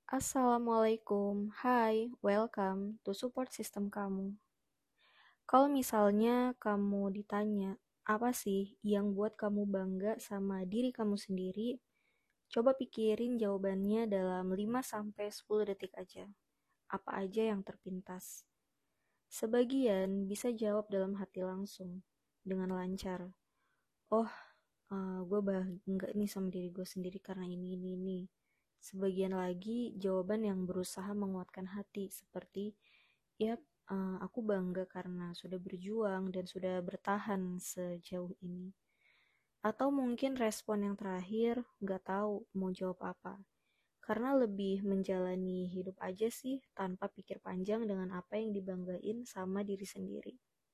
Assalamualaikum, hai, welcome to support system kamu. Kalau misalnya kamu ditanya, apa sih yang buat kamu bangga sama diri kamu sendiri? Coba pikirin jawabannya dalam 5-10 detik aja. Apa aja yang terpintas? Sebagian bisa jawab dalam hati langsung, dengan lancar. Oh, gue bangga nih sama diri gue sendiri karena ini. Sebagian lagi jawaban yang berusaha menguatkan hati seperti, ya, aku bangga karena sudah berjuang dan sudah bertahan sejauh ini. Atau mungkin respon yang terakhir, gak tahu mau jawab apa. Karena lebih menjalani hidup aja sih tanpa pikir panjang dengan apa yang dibanggain sama diri sendiri.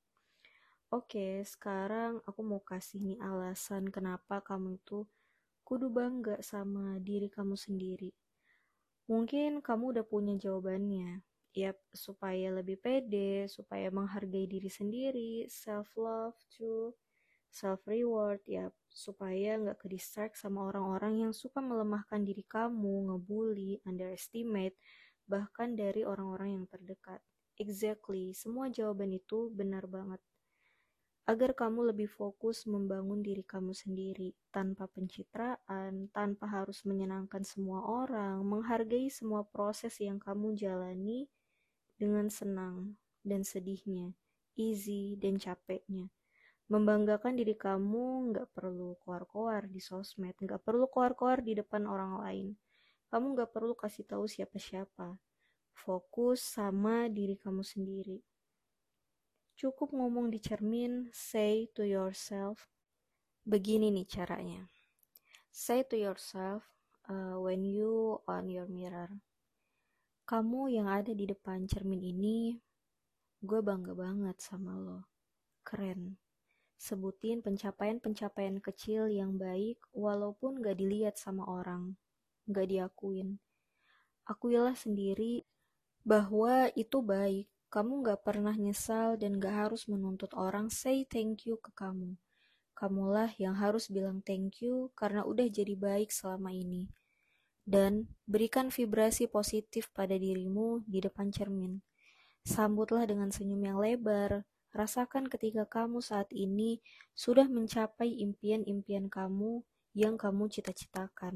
Oke, sekarang aku mau kasih nih alasan kenapa kamu itu kudu bangga sama diri kamu sendiri. Mungkin kamu udah punya jawabannya. Yap, supaya lebih pede, supaya menghargai diri sendiri, self-love, true, self-reward, yap, supaya nggak ke-distract sama orang-orang yang suka melemahkan diri kamu, ngebully, underestimate, bahkan dari orang-orang yang terdekat. Exactly, semua jawaban itu benar banget agar kamu lebih fokus membangun diri kamu sendiri tanpa pencitraan, tanpa harus menyenangkan semua orang, menghargai semua proses yang kamu jalani dengan senang dan sedihnya, easy dan capeknya. Membanggakan diri kamu nggak perlu koar-koar di sosmed, nggak perlu koar-koar di depan orang lain. Kamu nggak perlu kasih tahu siapa-siapa. Fokus sama diri kamu sendiri. Cukup ngomong di cermin, say to yourself. Begini nih caranya. Say to yourself when you on your mirror. Kamu yang ada di depan cermin ini, gue bangga banget sama lo. Keren. Sebutin pencapaian-pencapaian kecil yang baik walaupun gak dilihat sama orang, gak diakuin. Akuilah sendiri bahwa itu baik. Kamu gak pernah nyesal dan gak harus menuntut orang say thank you ke kamu. Kamulah yang harus bilang thank you karena udah jadi baik selama ini. Dan berikan vibrasi positif pada dirimu di depan cermin. Sambutlah dengan senyum yang lebar. Rasakan ketika kamu saat ini sudah mencapai impian-impian kamu yang kamu cita-citakan.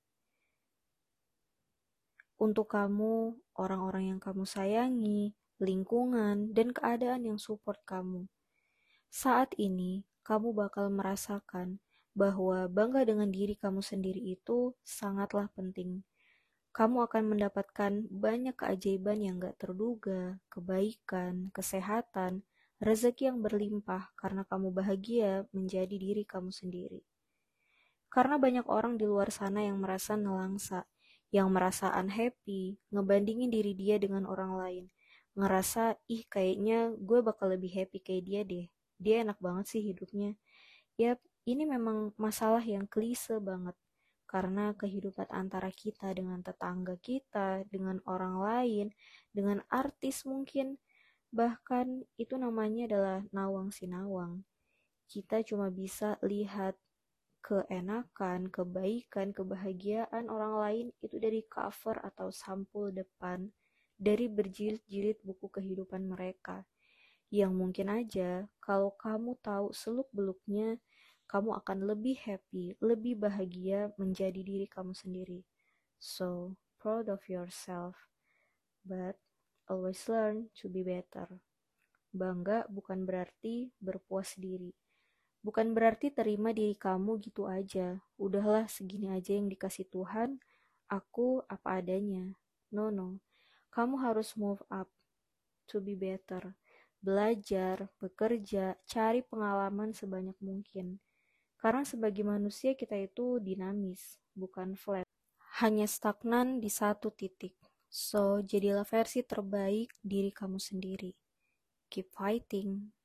Untuk kamu, orang-orang yang kamu sayangi, lingkungan, dan keadaan yang support kamu. Saat ini, kamu bakal merasakan bahwa bangga dengan diri kamu sendiri itu sangatlah penting. Kamu akan mendapatkan banyak keajaiban yang gak terduga, kebaikan, kesehatan, rezeki yang berlimpah karena kamu bahagia menjadi diri kamu sendiri. Karena banyak orang di luar sana yang merasa nelangsa, yang merasa unhappy, ngebandingin diri dia dengan orang lain. Ngerasa, ih kayaknya gue bakal lebih happy kayak dia deh. Dia enak banget sih hidupnya. Yap, ini memang masalah yang klise banget. Karena kehidupan antara kita dengan tetangga kita, dengan orang lain, dengan artis mungkin, bahkan itu namanya adalah nawang sinawang. Kita cuma bisa lihat keenakan, kebaikan, kebahagiaan orang lain itu dari cover atau sampul depan, dari berjilid-jilid buku kehidupan mereka. Yang mungkin aja kalau kamu tahu seluk-beluknya, kamu akan lebih happy, lebih bahagia menjadi diri kamu sendiri. So, proud of yourself, but always learn to be better. Bangga bukan berarti berpuas diri. Bukan berarti terima diri kamu gitu aja. Udahlah segini aja yang dikasih Tuhan, aku apa adanya. No, no. Kamu harus move up to be better. Belajar, bekerja, cari pengalaman sebanyak mungkin. Karena sebagai manusia kita itu dinamis, bukan flat. Hanya stagnan di satu titik. So, jadilah versi terbaik diri kamu sendiri. Keep fighting.